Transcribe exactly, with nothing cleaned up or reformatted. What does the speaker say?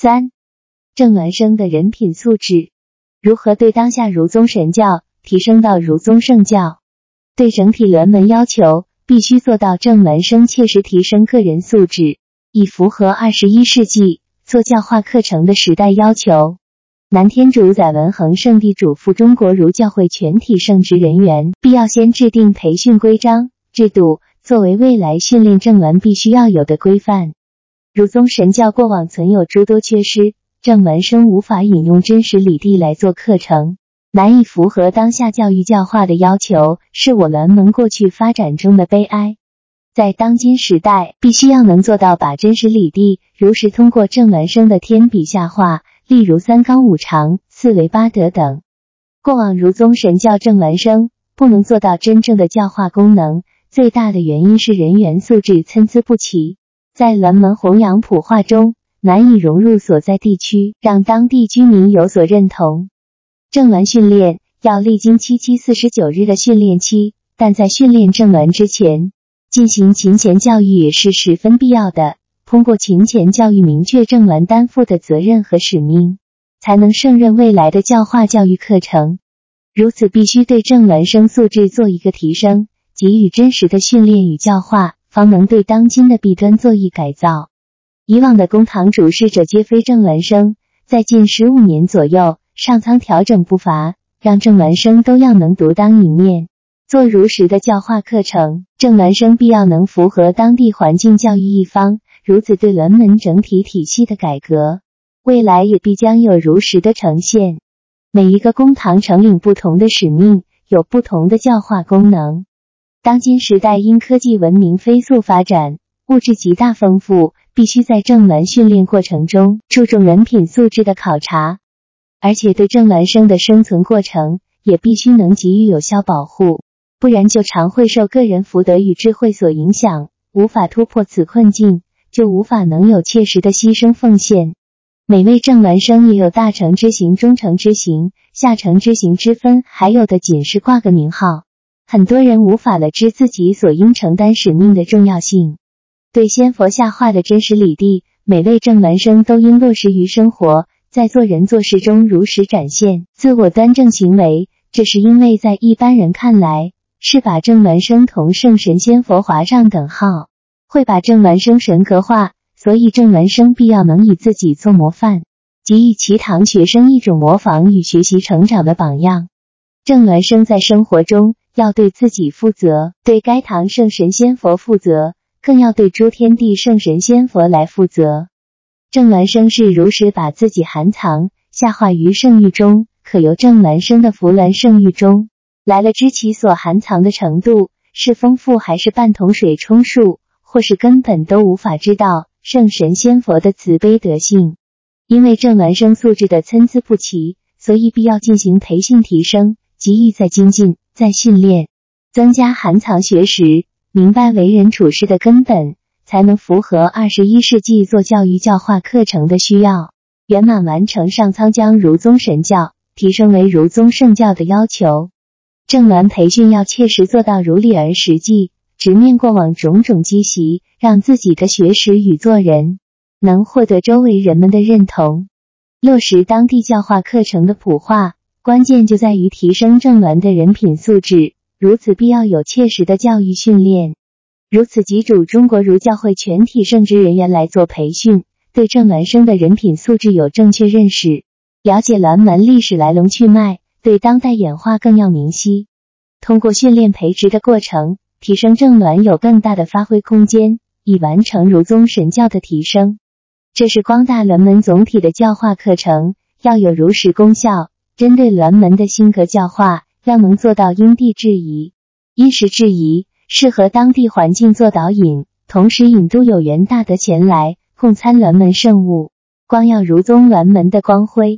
三、正孪生的人品素质。如何对当下儒宗神教提升到儒宗圣教？对整体孪门要求，必须做到正孪生切实提升个人素质，以符合二十一世纪做教化课程的时代要求。南天主载文恒圣地嘱咐中国儒教会全体圣职人员，必要先制定培训规章制度，作为未来训练正孪必须要有的规范。儒宗神教过往存有诸多缺失，正孪生无法引用真实理地来做课程，难以符合当下教育教化的要求，是我孪门过去发展中的悲哀。在当今时代，必须要能做到把真实理地如实通过正孪生的天笔下化，例如三纲五常、四维八德等。过往儒宗神教正孪生不能做到真正的教化功能，最大的原因是人员素质参差不齐，在孪门弘扬普化中难以融入所在地区，让当地居民有所认同。正孪训练要历经七七四十九日的训练期，但在训练正孪之前，进行勤前教育也是十分必要的。通过勤前教育明确正孪担负的责任和使命，才能胜任未来的教化教育课程。如此必须对正孪生素质做一个提升，给予真实的训练与教化，方能对当今的弊端做一改造。以往的公堂主事者皆非正孪生，在近十五年左右，上苍调整步伐，让正孪生都要能独当一面，做如实的教化课程。正孪生必要能符合当地环境教育一方，如此对孪门整体体系的改革，未来也必将有如实的呈现。每一个公堂承领不同的使命，有不同的教化功能。当今时代因科技文明飞速发展，物质极大丰富，必须在正孪训练过程中注重人品素质的考察，而且对正孪生的生存过程也必须能给予有效保护，不然就常会受个人福德与智慧所影响，无法突破此困境，就无法能有切实的牺牲奉献。每位正孪生也有大乘之行、中乘之行、下乘之行之分，还有的仅是挂个名号。很多人无法了知自己所应承担使命的重要性。对仙佛下化的真实理地，每位正孪生都应落实于生活，在做人做事中如实展现自我端正行为。这是因为在一般人看来，是把正孪生同圣神仙佛划上等号，会把正孪生神格化，所以正孪生必要能以自己做模范，给予其堂学生一种模仿与学习成长的榜样。正孪生在生活中要对自己负责，对该堂圣神仙佛负责，更要对诸天地圣神仙佛来负责。正孪生是如实把自己含藏下化于圣域中，可由正孪生的福孪圣域中来了知其所含藏的程度，是丰富还是半桶水充数，或是根本都无法知道圣神仙佛的慈悲德性。因为正孪生素质的参差不齐，所以必要进行培训提升，给予再精进、再训练，增加含藏学识，明白为人处事的根本，才能符合二十一世纪做教育教化课程的需要，圆满完成上苍将儒宗神教提升为儒宗圣教的要求。正孪培训要切实做到如理而实际，直面过往种种积习，让自己的学识与做人能获得周围人们的认同。落实当地教化课程的普化，关键就在于提升正孪的人品素质，如此必要有切实的教育训练。如此即主中国儒教会全体圣职人员来做培训，对正孪生的人品素质有正确认识，了解孪门历史来龙去脉，对当代演化更要明晰。通过训练培植的过程，提升正孪有更大的发挥空间，以完成儒宗神教的提升。这是光大孪门总体的教化课程，要有如实功效，针对孪门的性格教化，要能做到因地制宜、因时制宜，适合当地环境做导引，同时引渡有缘大德前来共参孪门圣物，光耀儒宗孪门的光辉。